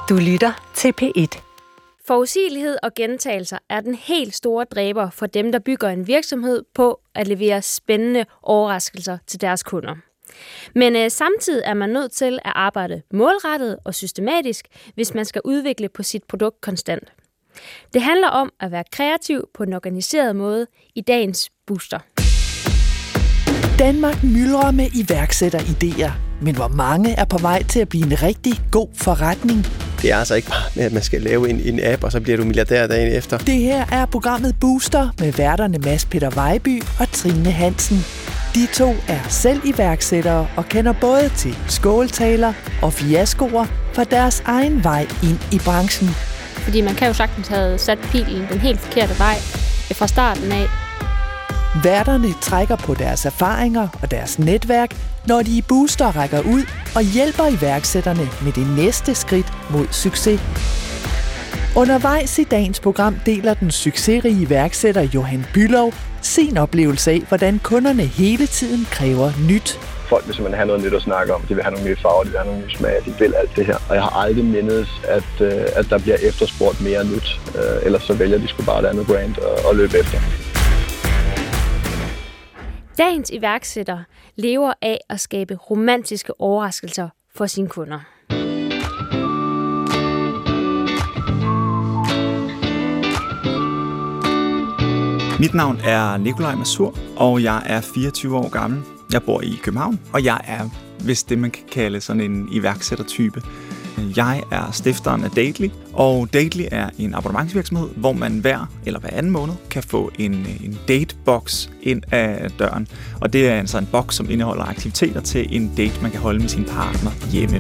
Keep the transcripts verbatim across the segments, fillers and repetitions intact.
Du lytter til P et. Forudsigelighed og gentagelser er den helt store dræber for dem, der bygger en virksomhed på at levere spændende overraskelser til deres kunder. Men øh, samtidig er man nødt til at arbejde målrettet og systematisk, hvis man skal udvikle på sit produkt konstant. Det handler om at være kreativ på en organiseret måde i dagens Booster. Danmark myldrer med iværksætteridéer, men hvor mange er på vej til at blive en rigtig god forretning? Det er altså ikke bare med, at man skal lave en, en app, og så bliver du milliardær dagen efter. Det her er programmet Booster med værterne Mads Peter Vejby og Trine Hansen. De to er selv iværksættere og kender både til skåltaler og fiaskoer fra deres egen vej ind i branchen. Fordi man kan jo sagtens have sat pilen den helt forkerte vej fra starten af. Værterne trækker på deres erfaringer og deres netværk, når de i Booster rækker ud og hjælper iværksætterne med det næste skridt mod succes. Undervejs i dagens program deler den succesrige iværksætter Johan Bülow sin oplevelse af, hvordan kunderne hele tiden kræver nyt. Folk vil simpelthen have noget nyt at snakke om. De vil have nogle nye farver, de vil have nogle nye smag, de vil alt det her. Og jeg har aldrig mindet, at, at der bliver efterspurgt mere nyt. Ellers så vælger de sgu bare et andet brand og, og løbe efter. Dagens iværksætter lever af at skabe romantiske overraskelser for sine kunder. Mit navn er Nikolaj Masur, og jeg er fireogtyve år gammel. Jeg bor i København, og jeg er vist det, man kan kalde sådan en iværksættertype. Jeg er stifteren af Dately, og Dately er en abonnementsvirksomhed, hvor man hver eller hver anden måned kan få en, en datebox ind af døren. Og det er altså en boks, som indeholder aktiviteter til en date, man kan holde med sin partner hjemme.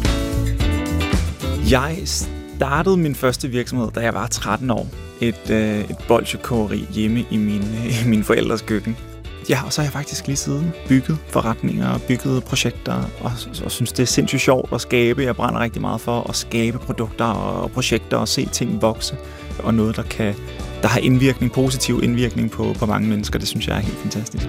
Jeg startede min første virksomhed, da jeg var tretten år. Et, øh, et bolsjekogeri hjemme i min, øh, min forældres køkken. Ja, og så har jeg faktisk lige siden bygget forretninger og bygget projekter, og, og synes, det er sindssygt sjovt at skabe. Jeg brænder rigtig meget for at skabe produkter og projekter og se ting vokse. Og noget, der, kan, der har indvirkning, positiv indvirkning på, på mange mennesker. Det synes jeg er helt fantastisk.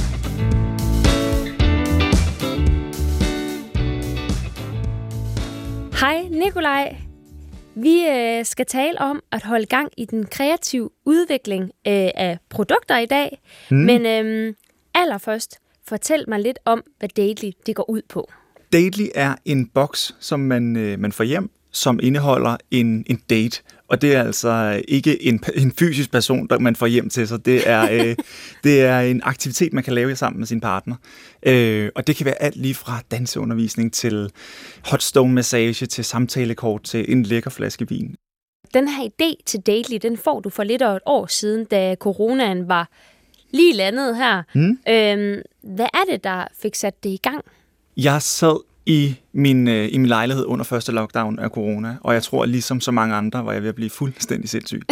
Hej Nikolaj. Vi øh, skal tale om at holde gang i den kreative udvikling øh, af produkter i dag. Mm. Men øh, allerførst, fortæl mig lidt om, hvad Dately det går ud på. Dately er en boks, som man, øh, man får hjem, som indeholder en, en date. Og det er altså ikke en, en fysisk person, der man får hjem til sig. Det er, øh, det er en aktivitet, man kan lave sammen med sin partner. Øh, og det kan være alt lige fra danseundervisning til hot stone massage, til samtalekort, til en lækker flaske vin. Den her idé til Dately, den får du for lidt over et år siden, da coronaen var lige landet her. Mm. Øh, hvad er det, der fik sat det i gang? Jeg sad i min, øh, i min lejlighed under første lockdown af corona, og jeg tror, ligesom så mange andre, var jeg ved at blive fuldstændig sindssyg.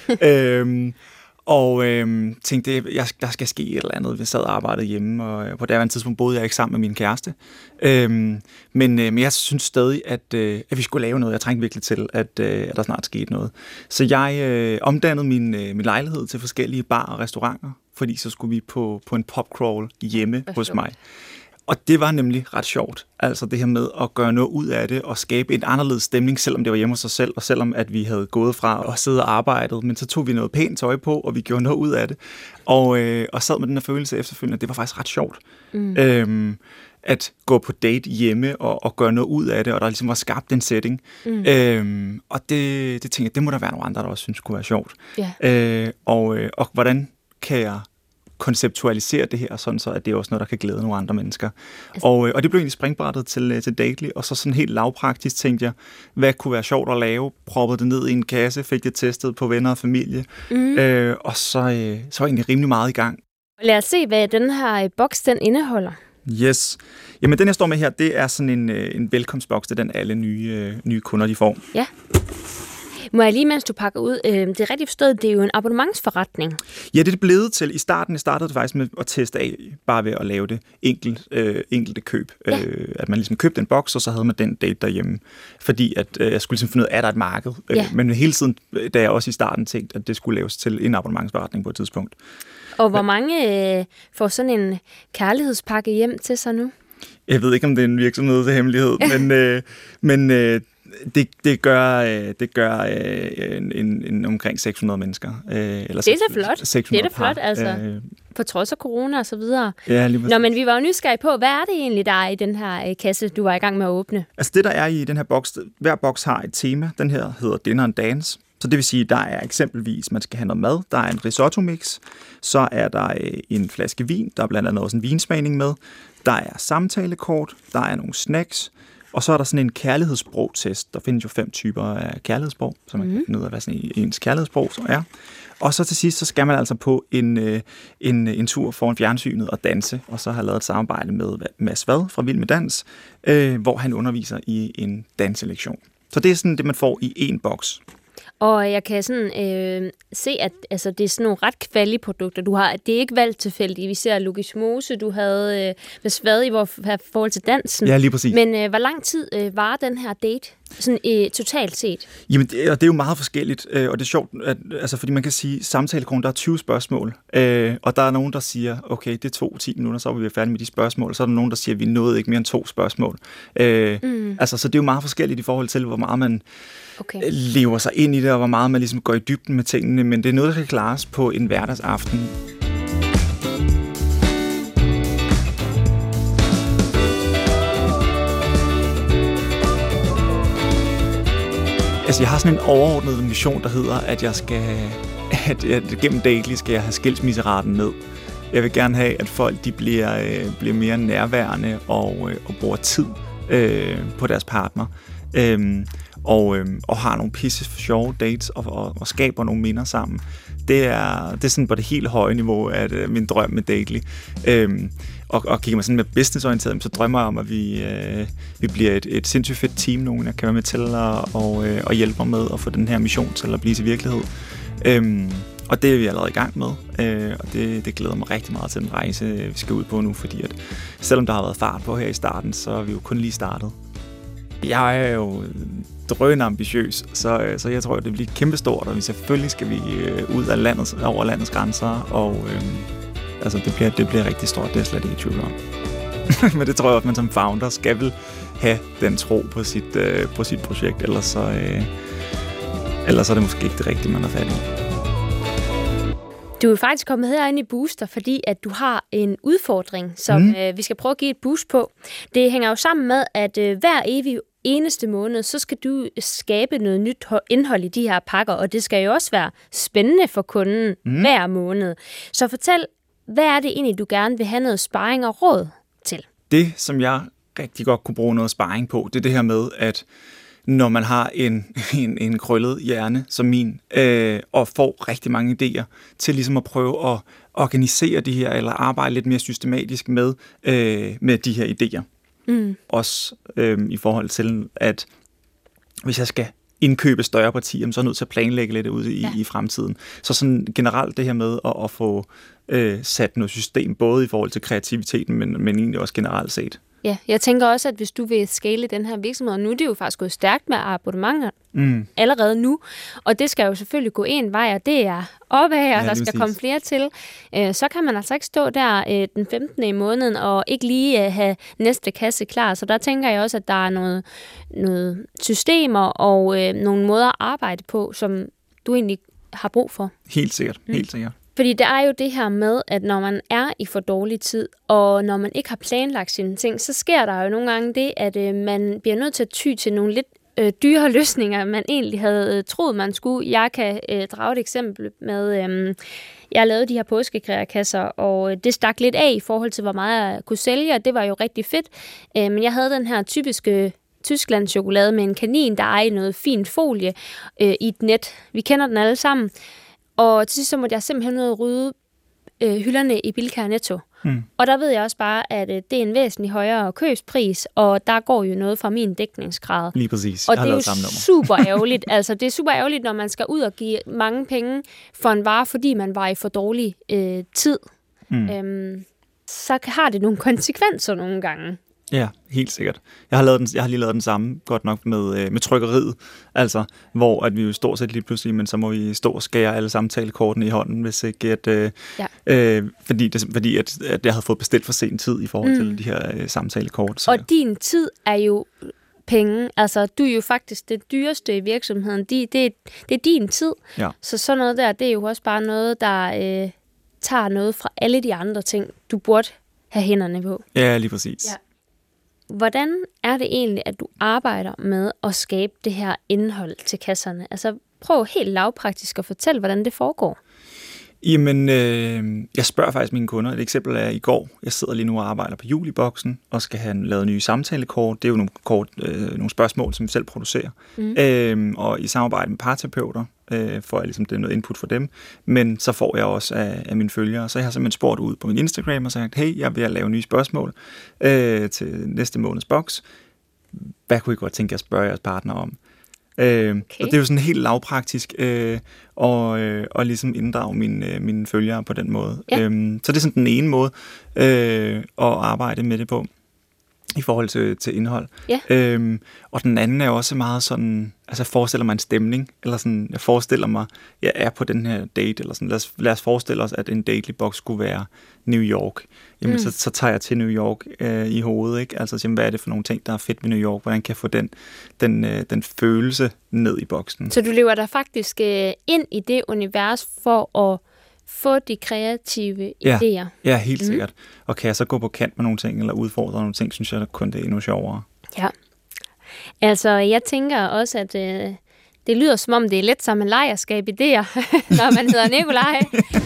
øhm, og øhm, tænkte, jeg, der skal ske et eller andet. Vi sad og arbejdede hjemme, og på det tidspunkt boede jeg ikke sammen med min kæreste. Øhm, men, øh, men jeg synes stadig, at, øh, at vi skulle lave noget. Jeg trængte virkelig til, at, øh, at der snart skete noget. Så jeg øh, omdannede min, øh, min lejlighed til forskellige bar og restauranter, fordi så skulle vi på, på en popcrawl hjemme hos mig. Og det var nemlig ret sjovt, altså det her med at gøre noget ud af det og skabe en anderledes stemning, selvom det var hjemme hos os selv, og selvom at vi havde gået fra at sidde og arbejdet, men så tog vi noget pænt tøj på, og vi gjorde noget ud af det, og, øh, og sad med den her følelse efterfølgende, det var faktisk ret sjovt. Mm. Øhm, at gå på date hjemme og, og gøre noget ud af det, og der ligesom var skabt en setting. Mm. Øhm, og det, det tænkte jeg, det må der være nogle andre, der også synes kunne være sjovt. Yeah. Øh, og, øh, og hvordan kan jeg konceptualisere det her, sådan så at det er også noget, der kan glæde nogle andre mennesker. Altså, og, og det blev egentlig springbrættet til, til Dately, og så sådan helt lavpraktisk tænkte jeg, hvad kunne være sjovt at lave? Proppede det ned i en kasse, fik det testet på venner og familie, mm. øh, og så, øh, så var jeg egentlig rimelig meget i gang. Lad os se, hvad den her boks den indeholder. Yes. Jamen, den jeg står med her, det er sådan en, en velkomstboks, det er den alle nye, øh, nye kunder, de får. Ja. Må jeg lige, mens du pakker ud, øh, det er rigtigt forstået, det er jo en abonnementsforretning. Ja, det er det blevet til. I starten startede det faktisk med at teste af, bare ved at lave det enkelt, øh, enkelte køb. Ja. Øh, at man ligesom købte en boks, og så havde man den date derhjemme. Fordi at, øh, jeg skulle ligesom finde ud af, er der et marked? Ja. Øh, men hele tiden, da jeg også i starten tænkte, at det skulle laves til en abonnementsforretning på et tidspunkt. Og hvor mange øh, får sådan en kærlighedspakke hjem til sig nu? Jeg ved ikke, om det er en virksomhed til hemmelighed, men, øh, men øh, Det, det gør, det gør øh, en, en, en omkring seks hundrede mennesker. Øh, eller det er så flot. seks hundrede det er da flot, par. altså. Øh, på trods af corona og så videre. Ja, lige præcis. Nå, men vi var jo nysgerrige på, hvad er det egentlig, der er i den her øh, kasse, du var i gang med at åbne? Altså det, der er i den her boks, hver boks har et tema. Den her hedder Dinner and Dance. Så det vil sige, der er eksempelvis, man skal have noget mad, der er en risotto-mix, så er der øh, en flaske vin, der er blandt andet også en vinsmagning med, der er samtalekort, der er nogle snacks, og så er der sådan en kærlighedssprog-test. Der findes jo fem typer af kærlighedssprog, så man mm. kan finde ud af, hvad sådan ens kærlighedssprog så er. Og så til sidst, så skal man altså på en, en, en tur foran fjernsynet og danse, og så har jeg lavet et samarbejde med Mads Vad fra Vild med Dans, øh, hvor han underviser i en danselektion. Så det er sådan det, man får i én boks. Og jeg kan sådan øh, se, at altså, det er sådan nogle ret kvalige produkter. Du har, det er ikke valgt tilfældigt. Vi ser Lukas Mose, du havde øh, med Svad i forhold til dansen. Ja, lige præcis. Men øh, hvor lang tid øh, var den her date? Sådan øh, totalt set? Jamen, det, og det er jo meget forskelligt, øh, og det er sjovt, at, altså, fordi man kan sige, samtalekronen, der er tyve spørgsmål, øh, og der er nogen, der siger, okay, det tog ti minutter, så er vi færdige med de spørgsmål, og så er der nogen, der siger, vi nåede ikke mere end to spørgsmål. Øh, mm. Altså, så det er jo meget forskelligt i forhold til, hvor meget man okay. lever sig ind i det, og hvor meget man ligesom går i dybden med tingene, men det er noget, der kan klares på en hverdagsaften. Altså, jeg har sådan en overordnet mission, der hedder, at jeg skal, at, at gennem Daily skal jeg have skilsmisseraten ned. Jeg vil gerne have, at folk de bliver, øh, bliver mere nærværende og, øh, og bruger tid øh, på deres partner. Øhm, og, øh, og har nogle pisse sjove dates og, og, og skaber nogle minder sammen. Det er, det er sådan på det helt høje niveau, at øh, min drøm med Daily. Øhm, og, og kigger man sådan med businessorienteret, så drømmer jeg om, at vi, øh, vi bliver et, et sindssygt fedt team, nogen jeg kan være med til at og, øh, og hjælpe mig med at få den her mission til at blive til virkelighed. Øhm, og det er vi allerede i gang med, øh, og det, det glæder mig rigtig meget til den rejse, vi skal ud på nu, fordi at selvom der har været fart på her i starten, så er vi jo kun lige startet. Jeg er jo drønende ambitiøs, så, så jeg tror, det bliver kæmpestort, og vi selvfølgelig skal vi øh, ud af landets, over landets grænser, og øh, altså, det, bliver, det bliver rigtig stort, det er slet ikke i tvivl om. Men det tror jeg også, man som founder skal vel have den tro på sit, øh, på sit projekt, ellers så, øh, ellers så er det måske ikke det rigtige, man har fat i. Du er faktisk kommet herinde i Booster, fordi at du har en udfordring, som mm. øh, vi skal prøve at give et boost på. Det hænger jo sammen med, at øh, hver evig eneste måned, så skal du skabe noget nyt indhold i de her pakker, og det skal jo også være spændende for kunden mm. hver måned. Så fortæl, hvad er det egentlig, du gerne vil have noget sparring og råd til? Det, som jeg rigtig godt kunne bruge noget sparring på, det er det her med, at når man har en, en, en krøllet hjerne som min, øh, og får rigtig mange idéer til ligesom at prøve at organisere de her, eller arbejde lidt mere systematisk med, øh, med de her idéer. Mm. Også øh, i forhold til, at hvis jeg skal indkøbe større partier, så er jeg nødt til at planlægge lidt ude i, ja. i fremtiden. Så sådan generelt det her med at, at få øh, sat noget system, både i forhold til kreativiteten, men, men egentlig også generelt set. Ja, jeg tænker også, at hvis du vil scale den her virksomhed, og nu er det jo faktisk gået stærkt med abonnementer mm. allerede nu, og det skal jo selvfølgelig gå en vej, og det er opad, og ja, der skal komme flere til, så kan man altså ikke stå der den femtende i måneden og ikke lige have næste kasse klar. Så der tænker jeg også, at der er noget, noget systemer og øh, nogle måder at arbejde på, som du egentlig har brug for. Helt sikkert, mm. helt sikkert. Fordi der er jo det her med, at når man er i for dårlig tid, og når man ikke har planlagt sine ting, så sker der jo nogle gange det, at øh, man bliver nødt til at ty til nogle lidt øh, dyre løsninger, man egentlig havde øh, troet, man skulle. Jeg kan øh, drage et eksempel med, øh, jeg lavede de her påskekræerkasser, og det stak lidt af i forhold til, hvor meget jeg kunne sælge, og det var jo rigtig fedt. Øh, men jeg havde den her typiske Tysklands chokolade med en kanin, der er i noget fint folie øh, i et net. Vi kender den alle sammen. Og til sidst så måtte jeg simpelthen ud og rydde øh, hylderne i Bilka og Netto. Mm. Og der ved jeg også bare, at øh, det er en væsentlig højere købspris, og der går jo noget fra min dækningsgrad. Lige præcis. Og det er jo super ærgerligt. Altså, det er super ærgerligt, når man skal ud og give mange penge for en vare, fordi man var i for dårlig øh, tid. Mm. Øhm, så har det nogle konsekvenser nogle gange. Ja, helt sikkert. Jeg har, lavet den, jeg har lige lavet den samme, godt nok med, med trykkeriet, altså, hvor at vi jo stort set lige pludselig, men så må vi stå og skære alle samtalekortene i hånden, hvis ikke at, øh, ja. øh, fordi, det, fordi at, at jeg havde fået bestilt for sen tid i forhold til mm. de her øh, samtalekort. Så. Og din tid er jo penge. Altså, du er jo faktisk det dyreste i virksomheden. De, det, det er din tid. Ja. Så sådan noget der, det er jo også bare noget, der øh, tager noget fra alle de andre ting, du burde have hænderne på. Ja, lige præcis. Ja. Hvordan er det egentlig, at du arbejder med at skabe det her indhold til kasserne? Altså, prøv helt lavpraktisk at fortælle, hvordan det foregår. Jamen, øh, jeg spørger faktisk mine kunder. Et eksempel er i går. Jeg sidder lige nu og arbejder på Juliboksen og skal have lavet nye samtalekort. Det er jo nogle, kort, øh, nogle spørgsmål, som vi selv producerer. Mm. Øh, og i samarbejde med parterapeuter øh, får jeg ligesom det noget input for dem. Men så får jeg også af, af mine følgere. Så jeg har simpelthen spurgt ud på min Instagram og sagt, hey, jeg vil lave nye spørgsmål øh, til næste måneds boks. Hvad kunne I godt tænke jer at spørge jeres partner om? Øh, okay. Og det er jo sådan helt lavpraktisk øh, og, øh, og ligesom inddrage mine, øh, mine følgere på den måde. Ja. Øhm, så det er sådan den ene måde øh, at arbejde med det på i forhold til, til indhold. Ja. Øhm, og den anden er også meget sådan, altså jeg forestiller mig en stemning, eller sådan, jeg forestiller mig, jeg er på den her date, eller sådan, lad os, lad os forestille os, at en datebox skulle være New York. Jamen, mm. så, så tager jeg til New York øh, i hovedet, ikke? Altså, jamen, hvad er det for nogle ting, der er fedt ved New York? Hvordan kan jeg få den, den, øh, den følelse ned i boksen? Så du lever der faktisk øh, ind i det univers for at få de kreative ja. idéer. Ja, helt mm. sikkert. Og kan jeg så gå på kant med nogle ting, eller udfordre nogle ting, synes jeg kun det er endnu sjovere. Ja. Altså, jeg tænker også, at øh, det lyder som om, det er let sammenleje at skabe idéer, når man hedder Nikolaj.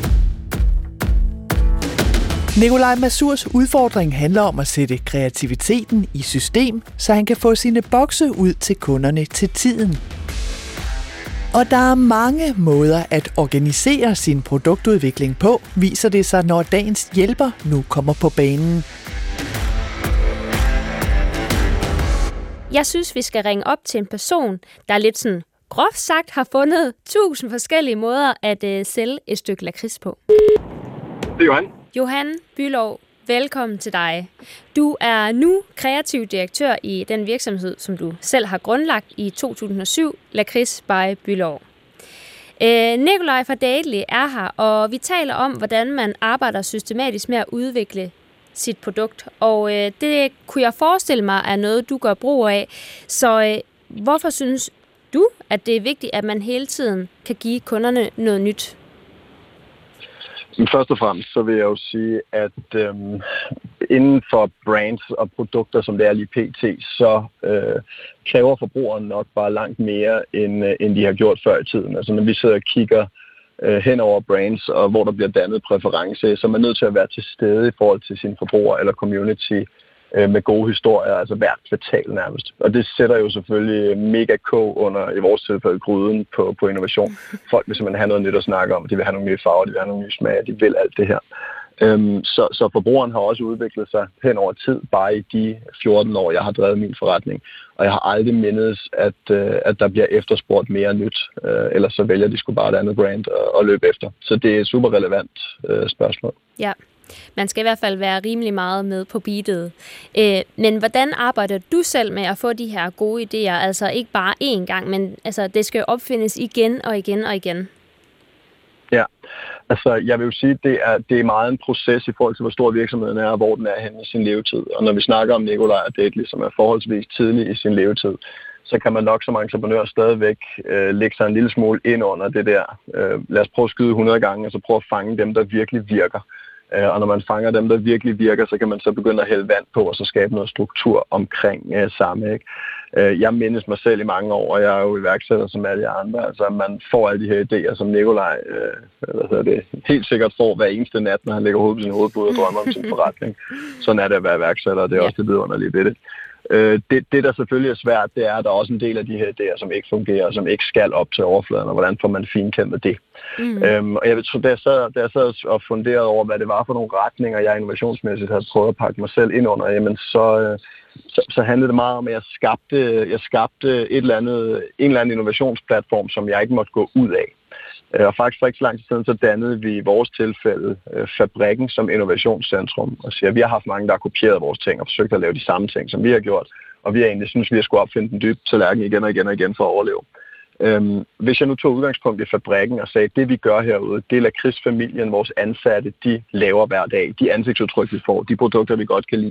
Nikolaj Masurs udfordring handler om at sætte kreativiteten i system, så han kan få sine bokse ud til kunderne til tiden. Og der er mange måder at organisere sin produktudvikling på, viser det sig, når dagens hjælper nu kommer på banen. Jeg synes, vi skal ringe op til en person, der lidt sådan groft sagt har fundet tusind forskellige måder at øh, sælge et stykke lakrids på. Det er Johan. Johan Bülow, velkommen til dig. Du er nu kreativ direktør i den virksomhed, som du selv har grundlagt i to tusind og syv, Lakrids by Bülow. Øh, Nikolaj fra Dately er her, og vi taler om, hvordan man arbejder systematisk med at udvikle sit produkt. Og øh, det kunne jeg forestille mig er noget, du gør brug af. Så øh, hvorfor synes du, at det er vigtigt, at man hele tiden kan give kunderne noget nyt? Men først og fremmest så vil jeg jo sige, at øhm, inden for brands og produkter, som det er lige pt., så øh, kræver forbrugeren nok bare langt mere, end, øh, end de har gjort før i tiden. Altså når vi sidder og kigger øh, hen over brands, og hvor der bliver dannet præference, så er man nødt til at være til stede i forhold til sine forbrugere eller community øh, med gode historier, altså hvert kvartal nærmest. Og det sætter jo selvfølgelig mega kog under, i vores tilfælde, gryden på, på innovation. Folk vil simpelthen have noget nyt at snakke om, de vil have nogle nye farver, de vil have nogle nye smage, de vil alt det her. Øhm, så, så forbrugeren har også udviklet sig hen over tid, bare i de fjorten år, jeg har drevet min forretning. Og jeg har aldrig mindet, at, øh, at der bliver efterspurgt mere nyt, øh, ellers så vælger de sgu bare et andet brand at, at løbe efter. Så det er et super relevant øh, spørgsmål. Ja, man skal i hvert fald være rimelig meget med på beatet. Øh, men hvordan arbejder du selv med at få de her gode idéer? Altså ikke bare én gang, men altså, det skal jo opfindes igen og igen og igen. Ja, altså jeg vil jo sige, at det er, det er meget en proces i forhold til, hvor stor virksomheden er, og hvor den er henne i sin levetid. Og når vi snakker om Nikolaj og Dately, som er forholdsvis tidlig i sin levetid, så kan man nok som entreprenør stadigvæk øh, lægge sig en lille smule ind under det der. Øh, lad os prøve at skyde hundrede gange, og så prøve at fange dem, der virkelig virker. Øh, og når man fanger dem, der virkelig virker, så kan man så begynde at hælde vand på, og så skabe noget struktur omkring øh, samme, ikke? Jeg mindes mig selv i mange år, og jeg er jo iværksætter som alle andre. Altså, man får alle de her idéer, som Nikolaj øh, hvad hedder det, helt sikkert får hver eneste nat, når han lægger hovedet på sin hovedpude og drømmer om sin forretning. Sådan er det at være iværksætter, og det er også det vidunderlige ved det. Øh, det. Det, der selvfølgelig er svært, det er, at der er også en del af de her idéer, som ikke fungerer, og som ikke skal op til overfladen, og hvordan får man finkæmpet det. Mm. Øhm, og jeg ved, da jeg, sad, da jeg sad og funderede over, hvad det var for nogle retninger, jeg innovationsmæssigt havde prøvet at pakke mig selv ind under, jamen så... Øh, Så, så handlede det meget om, at jeg skabte, jeg skabte et eller andet, en eller anden innovationsplatform, som jeg ikke måtte gå ud af. Og faktisk for ikke så lang tid siden, så dannede vi i vores tilfælde Fabrikken som innovationscentrum. Og siger, vi har haft mange, der har kopieret vores ting og forsøgt at lave de samme ting, som vi har gjort. Og vi har egentlig synes, vi har skulle opfinde den dybe tallerken igen og igen og igen for at overleve. Øhm, hvis jeg nu tog udgangspunkt i Fabrikken og sagde, at det vi gør herude, det er lakridsfamilien, vores ansatte, de laver hver dag. De ansigtsudtryk, vi får, de produkter, vi godt kan lide.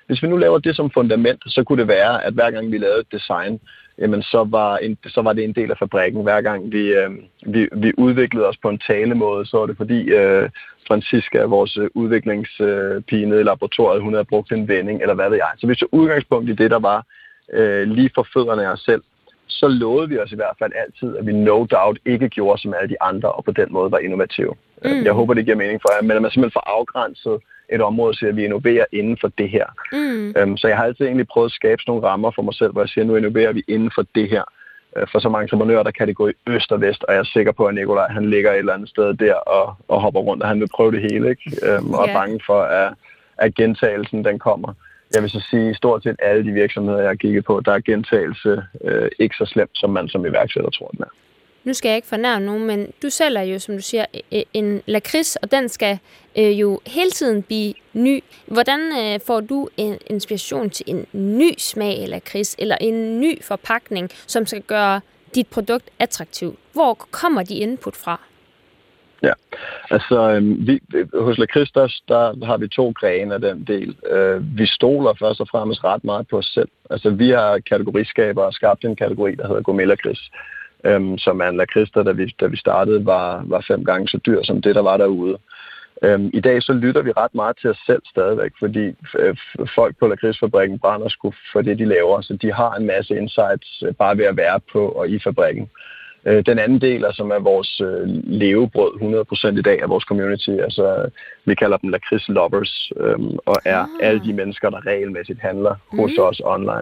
hvis vi nu laver det som fundament, så kunne det være, at hver gang vi lavede et design, jamen så var, en, så var det en del af fabrikken. Hver gang vi, øh, vi, vi udviklede os på en talemåde, så var det fordi øh, Francisca, vores udviklingspige nede i laboratoriet, hun havde brugt en vending, eller hvad ved jeg. Så hvis det udgangspunkt i det, der var øh, lige for fødderne af os selv, så lovede vi os i hvert fald altid, at vi no doubt ikke gjorde som alle de andre, og på den måde var innovative. Mm. Jeg håber, det giver mening for jer, men at man simpelthen får afgrænset et område, så at vi innoverer inden for det her. Mm. Um, så jeg har altid egentlig prøvet at skabe nogle rammer for mig selv, hvor jeg siger, nu innoverer vi inden for det her. Uh, for så mange entreprenører, der kan det gå i øst og vest, og jeg er sikker på, at Nikolaj, han ligger et eller andet sted der og, og hopper rundt, og han vil prøve det hele, ikke? Um, og er bange for, at, at gentagelsen, den kommer. Jeg vil så sige, stort set alle de virksomheder, jeg har kigget på, der er gentagelse øh, ikke så slemt, som man som iværksætter tror, den er. Nu skal jeg ikke fornærme nogen, men du sælger jo, som du siger, en lakrids, og den skal øh, jo hele tiden blive ny. Hvordan øh, får du en inspiration til en ny smag af lakrids, eller en ny forpakning, som skal gøre dit produkt attraktivt? Hvor kommer de input fra? Ja, altså øh, vi, hos lakrids, der, der har vi to grene af den del. Øh, vi stoler først og fremmest ret meget på os selv. Altså vi har kategoriskaber og skabt en kategori, der hedder gourmet lakrids. Øhm, som er en lakrids, der da vi, da vi startede, var, var fem gange så dyr som det, der var derude. Øhm, I dag så lytter vi ret meget til os selv stadigvæk, fordi f- folk på lakridsfabrikken brænder sgu for det, de laver, så de har en masse insights øh, bare ved at være på og i fabrikken. Øh, den anden del, altså, som er vores øh, levebrød hundrede procent i dag af vores community, altså vi kalder dem lakrids lovers, øh, og er ah. alle de mennesker, der regelmæssigt handler hos mm. os online.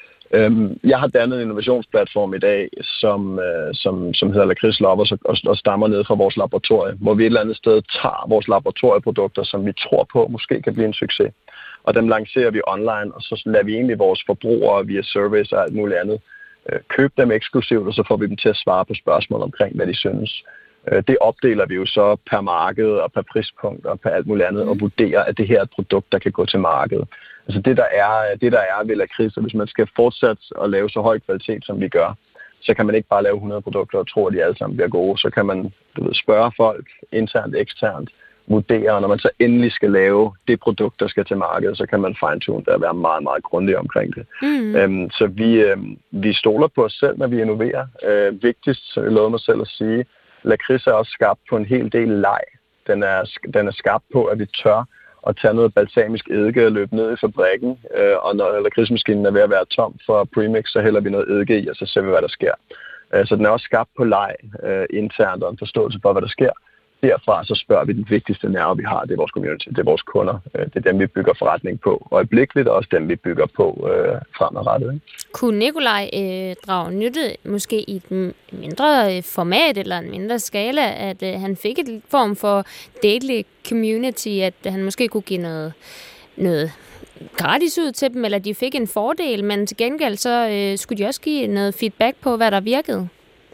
Jeg har dannet en innovationsplatform i dag, som, som, som hedder Lakrids Lovers og, og stammer ned fra vores laboratorie, hvor vi et eller andet sted tager vores laboratorieprodukter, som vi tror på måske kan blive en succes. Og dem lancerer vi online, og så lader vi egentlig vores forbrugere via surveys og alt muligt andet købe dem eksklusivt, og så får vi dem til at svare på spørgsmål omkring, hvad de synes. Det opdeler vi jo så per marked og per prispunkt og per alt muligt andet, og vurderer, at det her er et produkt, der kan gå til markedet. Altså det, der er, det, der er ved lakrids, hvis man skal fortsætte at lave så høj kvalitet, som vi gør, så kan man ikke bare lave hundrede produkter og tro, at de alle sammen bliver gode. Så kan man du ved, spørge folk internt, eksternt, vurdere, og når man så endelig skal lave det produkt, der skal til markedet, så kan man fine-tune det og være meget, meget grundig omkring det. Mm. Øhm, så vi, øhm, vi stoler på os selv, når vi innoverer. Øh, vigtigst, så jeg lovede mig selv at sige, lakrids er også skabt på en hel del leg. Den er, den er skabt på, at vi tør at tage noget balsamisk eddike og løbe ned i fabrikken, øh, og når lakridsmaskinen er ved at være tom for premix, så hælder vi noget eddike i, og så ser vi, hvad der sker. Øh, så den er også skabt på leg øh, internt og en forståelse for, hvad der sker. Derfra så spørger vi den vigtigste nerve, vi har, det er vores community, det er vores kunder. Øh, det er dem, vi bygger forretning på øjeblikkeligt, og også dem, vi bygger på øh, fremadrettet. Ikke? Kunne Nikolaj øh, drage nytte måske i et mindre format eller en mindre skala, at øh, han fik et form for daily community, at han måske kunne give noget, noget gratis ud til dem, eller de fik en fordel, men til gengæld så øh, skulle de også give noget feedback på, hvad der virkede?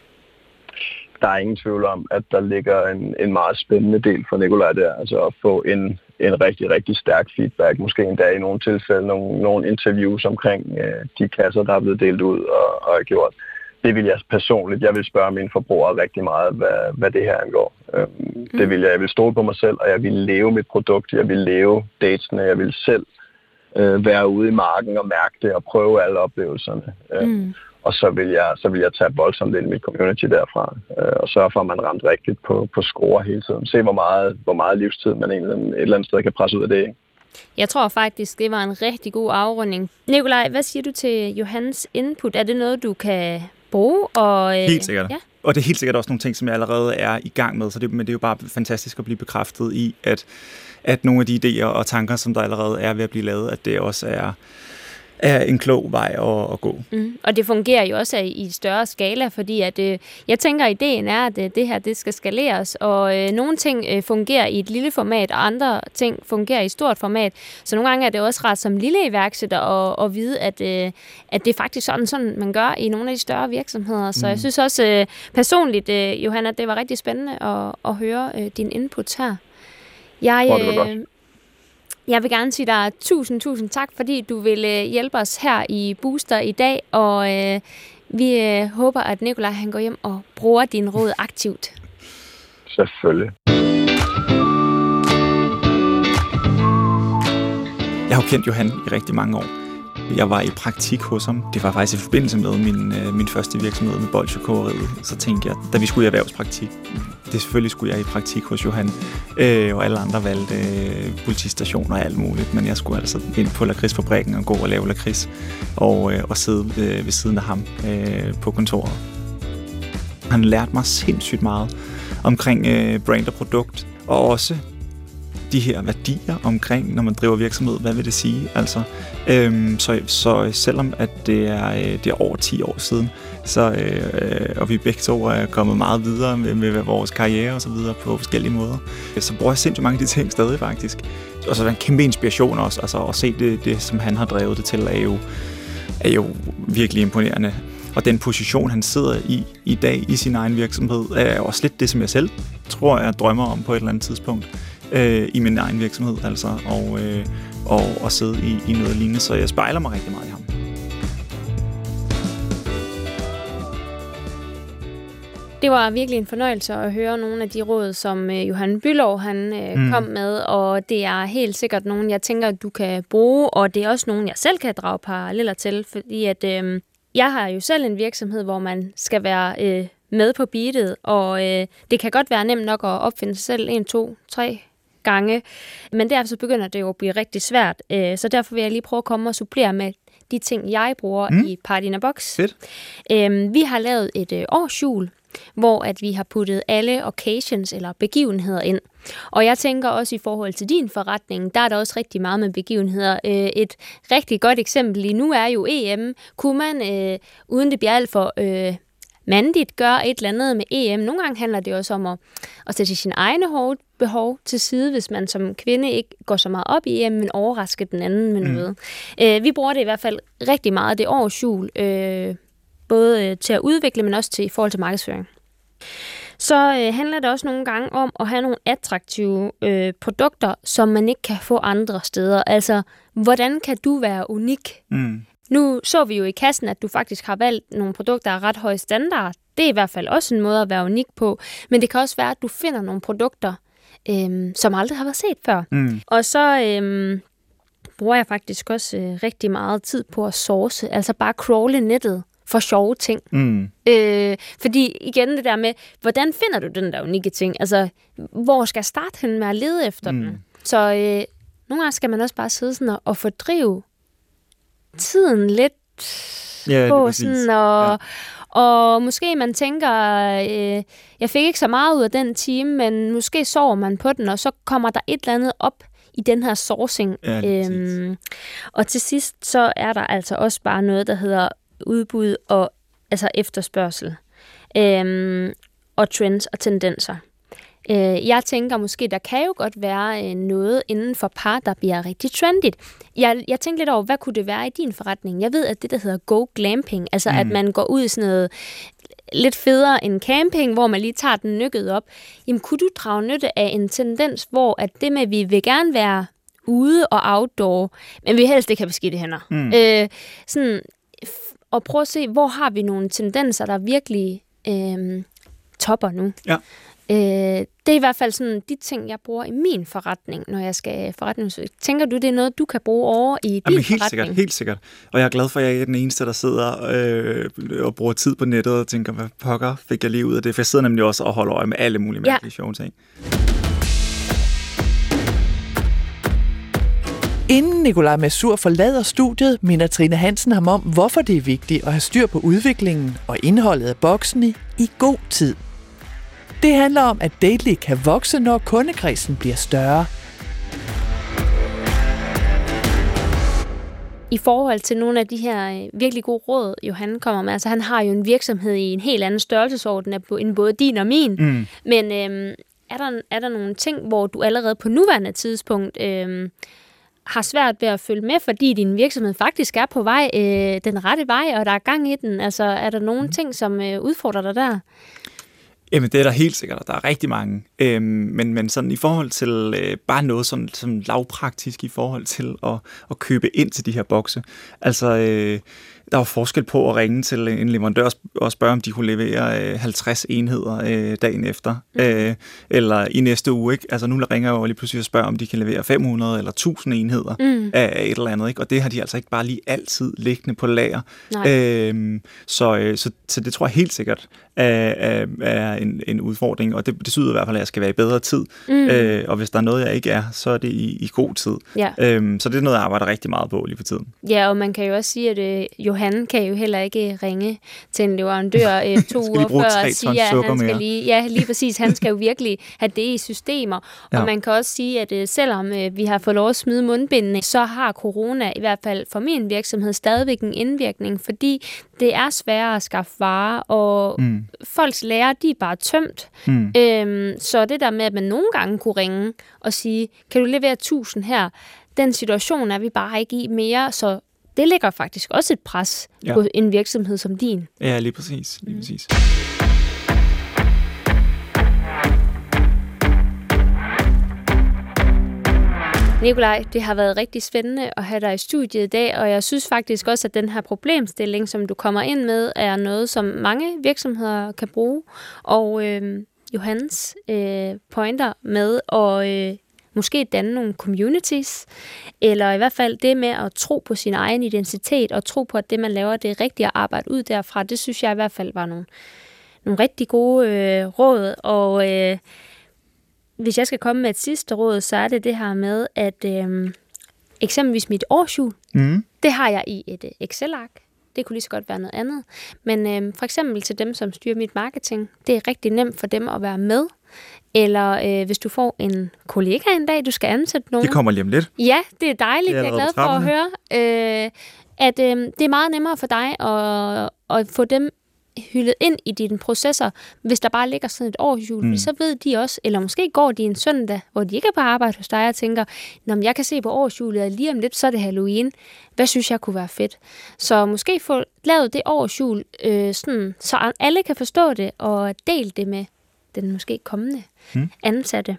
Der er ingen tvivl om, at der ligger en, en meget spændende del for Nikolaj der, altså at få en, en rigtig, rigtig stærk feedback, måske endda i nogle tilfælde, nogle, nogle interviews omkring øh, de kasser, der er blevet delt ud og, og gjort. Det vil jeg personligt, jeg vil spørge mine forbrugere rigtig meget, hvad, hvad det her angår. Øhm, mm. Det vil jeg, jeg vil stole på mig selv, og jeg vil leve mit produkt, jeg vil leve datesene, jeg vil selv øh, være ude i marken og mærke det og prøve alle oplevelserne. Øhm, mm. Og så vil jeg, så vil jeg tage voldsomt ind i mit community derfra, øh, og sørge for, at man rammer rigtigt på, på score hele tiden. Se, hvor meget, hvor meget livstid man egentlig et eller andet sted kan presse ud af det, ikke? Jeg tror faktisk, det var en rigtig god afrunding. Nikolaj, hvad siger du til Johannes input? Er det noget, du kan bruge? Og, øh, helt sikkert. Ja? Og det er helt sikkert også nogle ting, som jeg allerede er i gang med, så det, men det er jo bare fantastisk at blive bekræftet i, at, at nogle af de idéer og tanker, som der allerede er ved at blive lavet, at det også er er en klog vej at, at gå. Mm. Og det fungerer jo også i større skala, fordi at, øh, jeg tænker, at ideen er, at det her det skal skaleres, og øh, nogle ting øh, fungerer i et lille format, og andre ting fungerer i et stort format. Så nogle gange er det også ret som lille iværksætter at, at vide, at, øh, at det er faktisk sådan, sådan, man gør i nogle af de større virksomheder. Så mm. jeg synes også øh, personligt, øh, Johanna, det var rigtig spændende at, at høre øh, din input her. Jeg... Øh, Jeg vil gerne sige dig tusind, tusind tak, fordi du vil hjælpe os her i Booster i dag, og øh, vi øh, håber, at Nikolaj han går hjem og bruger din råd aktivt. Selvfølgelig. Jeg har jo kendt Johan i rigtig mange år. Jeg var i praktik hos ham. Det var faktisk i forbindelse med min, øh, min første virksomhed med Bolsjekogeriet. Så tænkte jeg, da vi skulle i erhvervspraktik, det selvfølgelig skulle jeg i praktik hos Johan. Øh, og alle andre valgte øh, politistationer og alt muligt. Men jeg skulle altså ind på lakridsfabrikken og gå og lave lakrids. Og, øh, og sidde øh, ved siden af ham øh, på kontoret. Han lærte mig sindssygt meget omkring øh, brand og produkt. Og også de her værdier omkring, når man driver virksomhed, hvad vil det sige? Altså, øhm, så, så selvom at det er, det er over ti år siden, så, øh, og vi begge to er kommet meget videre med, med vores karriere og så videre på forskellige måder, så bruger jeg sindssygt mange af de ting stadig faktisk. Og så er det en kæmpe inspiration også, altså at se det, det, som han har drevet det til, er jo, er jo virkelig imponerende. Og den position, han sidder i i dag i sin egen virksomhed, er også lidt det, som jeg selv tror, jeg drømmer om på et eller andet tidspunkt. Øh, i min egen virksomhed, altså, og, øh, og, og sidde i, i noget lignende, så jeg spejler mig rigtig meget i ham. Det var virkelig en fornøjelse at høre nogle af de råd, som øh, Johan Bülow han øh, mm. kom med, og det er helt sikkert nogen, jeg tænker, du kan bruge, og det er også nogen, jeg selv kan drage paralleller til, fordi at øh, jeg har jo selv en virksomhed, hvor man skal være øh, med på beatet, og øh, det kan godt være nemt nok at opfinde sig selv en, to, tre gange, men derfor så begynder det jo at blive rigtig svært, øh, så derfor vil jeg lige prøve at komme og supplere med de ting, jeg bruger mm. i Party in a Box. Fedt. Øh, vi har lavet et øh, årshjul, hvor at vi har puttet alle occasions eller begivenheder ind. Og jeg tænker også i forhold til din forretning, der er der også rigtig meget med begivenheder. Et rigtig godt eksempel lige nu er jo E M. Kunne man, øh, uden det bliver alt for øh, mandigt, gøre et eller andet med E M? Nogle gange handler det også om at, at sætte sine egne behov til side, hvis man som kvinde ikke går så meget op i E M, men overrasker den anden med noget. Mm. Øh, vi bruger det i hvert fald rigtig meget, det årshjul, øh, både til at udvikle, men også til i forhold til markedsføring. Så øh, handler det også nogle gange om at have nogle attraktive øh, produkter, som man ikke kan få andre steder. Altså, hvordan kan du være unik? Mm. Nu så vi jo i kassen, at du faktisk har valgt nogle produkter af ret høj standard. Det er i hvert fald også en måde at være unik på. Men det kan også være, at du finder nogle produkter, øh, som aldrig har været set før. Mm. Og så øh, bruger jeg faktisk også øh, rigtig meget tid på at source, altså bare crawle nettet for sjove ting. Mm. Øh, fordi igen det der med, hvordan finder du den der unikke ting? Altså, hvor skal jeg starte hen med at lede efter mm. den? Så øh, nogle gange skal man også bare sidde sådan og, og fordrive tiden lidt ja, på sådan, og, ja. og måske man tænker, øh, jeg fik ikke så meget ud af den time, men måske sover man på den, og så kommer der et eller andet op i den her sourcing. Ja, øhm, og til sidst, så er der altså også bare noget, der hedder udbud og altså efterspørgsel, øhm, og trends og tendenser. Øh, jeg tænker måske, der kan jo godt være øh, noget inden for par, der bliver rigtig trendigt. Jeg, jeg tænker lidt over, hvad kunne det være i din forretning? Jeg ved, at det, der hedder Go Glamping, altså mm. at man går ud i sådan noget lidt federe end camping, hvor man lige tager den nykket op. Jamen, kunne du drage nytte af en tendens, hvor at det med, at vi vil gerne være ude og outdoor, men vi helst ikke have beskidte hænder. Mm. Øh, sådan, og prøv at se, hvor har vi nogle tendenser, der virkelig øh, topper nu. Ja. Øh, det er i hvert fald sådan de ting, jeg bruger i min forretning, når jeg skal forretningsudvikle. Tænker du, det er noget, du kan bruge over i din Jamen, helt forretning? Sikkert, helt sikkert. Og jeg er glad for, at jeg er den eneste, der sidder øh, og bruger tid på nettet og tænker, hvad pokker fik jeg lige ud af det? For jeg sidder nemlig også og holder øje med alle mulige mærkelige ja. sjove ting. Inden Nikolaj Masur forlader studiet, minder Trine Hansen ham om, hvorfor det er vigtigt at have styr på udviklingen og indholdet af boksen i, i god tid. Det handler om, at Dately kan vokse, når kundekredsen bliver større. I forhold til nogle af de her virkelig gode råd, Johan kommer med, altså han har jo en virksomhed i en helt anden størrelsesorden end både din og min, mm. men øhm, er, der, er der nogle ting, hvor du allerede på nuværende tidspunkt øhm, har svært ved at følge med, fordi din virksomhed faktisk er på vej øh, den rette vej, og der er gang i den? Altså, er der nogle mm. ting, som øh, udfordrer dig der? Jamen, det er der helt sikkert, der er rigtig mange. Øhm, men, men sådan i forhold til øh, bare noget sådan, sådan lavpraktisk i forhold til at, at købe ind til de her bokse. Altså, øh, der er forskel på at ringe til en leverandør og spørge, om de kunne levere øh, halvtreds enheder øh, dagen efter, mm. øh, eller i næste uge, ikke? Altså nu ringer jeg jo lige pludselig og spørger, om de kan levere fem hundrede eller tusind enheder mm. af et eller andet, ikke? Og det har de altså ikke bare lige altid liggende på lager. Øh, så, øh, så, så det tror jeg helt sikkert er, er, er en, en udfordring, og det betyder i hvert fald, at jeg skal være i bedre tid, mm. øh, og hvis der er noget, jeg ikke er, så er det i, i god tid. Ja. Øh, så det er noget, jeg arbejder rigtig meget på lige for tiden. Ja, og man kan jo også sige, at øh, Johan kan jo heller ikke ringe til en leverandør øh, to uger før og sige, at han skal lige, ja, lige præcis, han skal jo virkelig have det i systemer. Ja. Og man kan også sige, at øh, selvom øh, vi har fået lov at smide mundbindene, så har corona i hvert fald for min virksomhed stadigvæk en indvirkning, fordi det er sværere at skaffe varer, og mm. folks lærer, de er bare tømt. Mm. Øhm, så det der med, at man nogle gange kunne ringe og sige, kan du levere tusind her? Den situation er vi bare ikke i mere, så det lægger faktisk også et pres ja. på en virksomhed som din. Ja, lige præcis. Lige præcis. Nikolaj, det har været rigtig spændende at have dig i studiet i dag, og jeg synes faktisk også, at den her problemstilling, som du kommer ind med, er noget, som mange virksomheder kan bruge. Og øh, Johans øh, pointer med at øh, måske danne nogle communities, eller i hvert fald det med at tro på sin egen identitet, og tro på, at det, man laver, det er rigtigt at arbejde ud derfra, det synes jeg i hvert fald var nogle, nogle rigtig gode øh, råd, og øh, hvis jeg skal komme med et sidste råd, så er det det her med, at øh, eksempelvis mit årshjul, mm. det har jeg i et Excel-ark. Det kunne lige så godt være noget andet. Men øh, for eksempel til dem, som styrer mit marketing, det er rigtig nemt for dem at være med. Eller øh, hvis du får en kollega en dag, du skal ansætte nogen. Det kommer lige om lidt. Ja, det er dejligt. Jeg er glad for at høre, øh, at øh, det er meget nemmere for dig at, at få dem hyldet ind i dine processer, hvis der bare ligger sådan et årshjul. Mm. Så ved de også, eller måske går de en søndag, hvor de ikke er på arbejde hos dig, og tænker, nå, men jeg kan se på årshjulet, og lige om lidt, så er det Halloween. Hvad synes jeg kunne være fedt? Så måske få lavet det årshjul, øh, sådan, så alle kan forstå det, og dele det med den måske kommende mm. ansatte.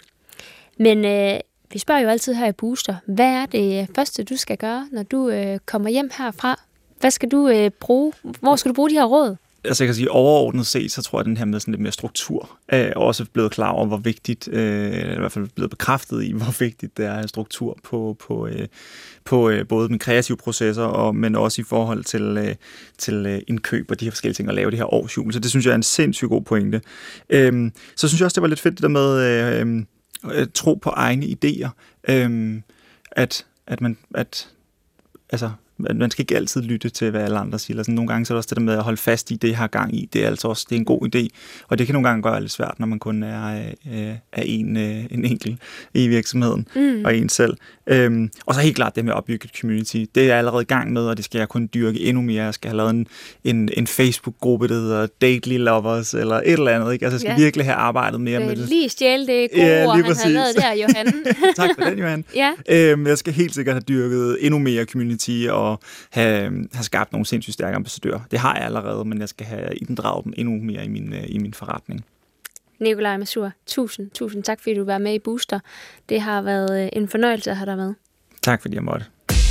Men øh, vi spørger jo altid her i Booster, hvad er det første, du skal gøre, når du øh, kommer hjem herfra? Hvad skal du øh, bruge? Hvor skal du bruge de her råd? Altså jeg kan sige, overordnet set, så tror jeg, at den her med sådan lidt mere struktur er også blevet klar over, hvor vigtigt, øh, eller i hvert fald blevet bekræftet i, hvor vigtigt det er en struktur på, på, øh, på øh, både med kreative processer, og, men også i forhold til, øh, til øh, indkøb og de her forskellige ting, at lave det her årshjul. Så det synes jeg er en sindssygt god pointe. Øh, så synes jeg også, det var lidt fedt det der med øh, øh, tro på egne idéer. Øh, at, at man... At, altså, man skal ikke altid lytte til, hvad alle andre siger. Altså, nogle gange så er det også det der med at holde fast i det, jeg har gang i. Det er altså også det er en god idé. Og det kan nogle gange gøre lidt svært, når man kun er, øh, er en, øh, en enkelt i virksomheden mm. og en selv. Øhm, og så helt klart det med at opbygge et community. Det er jeg allerede i gang med, og det skal jeg kun dyrke endnu mere. Jeg skal have lavet en, en, en Facebook-gruppe, der hedder Dately Lovers, eller et eller andet. Ikke? Altså, jeg skal ja. virkelig have arbejdet mere øh, med det. Lige stjæle det gode ja, ord, han præcis. har lavet der, Johan. Tak for den, Johan. ja. øhm, jeg skal helt sikkert have dyrket endnu mere community, og have, have skabt nogle sindssygt stærke ambassadører. Det har jeg allerede, men jeg skal have inddraget dem endnu mere i min, i min forretning. Nikolaj Masur, tusind, tusind tak, fordi du var med i Booster. Det har været en fornøjelse at have dig med. Tak, fordi jeg måtte.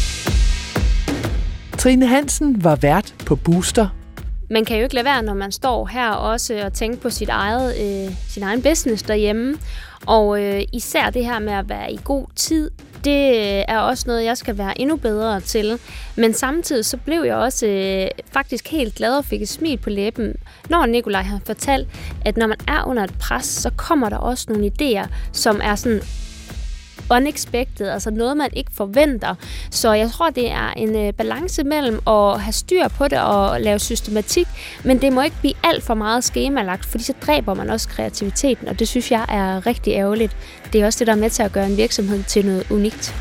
Trine Hansen var vært på Booster. Man kan jo ikke lade være, når man står her også og tænke på sit eget, øh, sin egen business derhjemme. Og øh, især det her med at være i god tid, det er også noget, jeg skal være endnu bedre til. Men samtidig så blev jeg også øh, faktisk helt glad og fik et smil på læben, når Nikolaj har fortalt, at når man er under et pres, så kommer der også nogle idéer, som er sådan unexpected, altså noget, man ikke forventer. Så jeg tror, det er en øh, balance mellem at have styr på det og lave systematik, men det må ikke blive alt for meget skemalagt, fordi så dræber man også kreativiteten, og det synes jeg er rigtig ærgerligt. Det er også det, der er med til at gøre en virksomhed til noget unikt.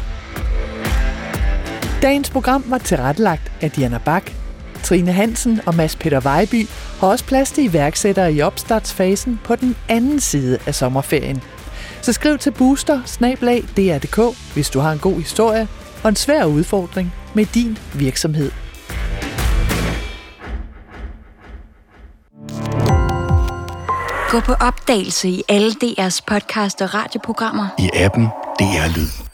Dagens program var tilrettelagt af Diana Bak. Trine Hansen og Mads Peter Vejby har også plads til iværksættere i opstartsfasen på den anden side af sommerferien. Så skriv til booster snabel-a d r punktum d k, hvis du har en god historie og en svær udfordring med din virksomhed. Gå på opdagelse i alle D R's podcast og radioprogrammer. I appen D R Lyd.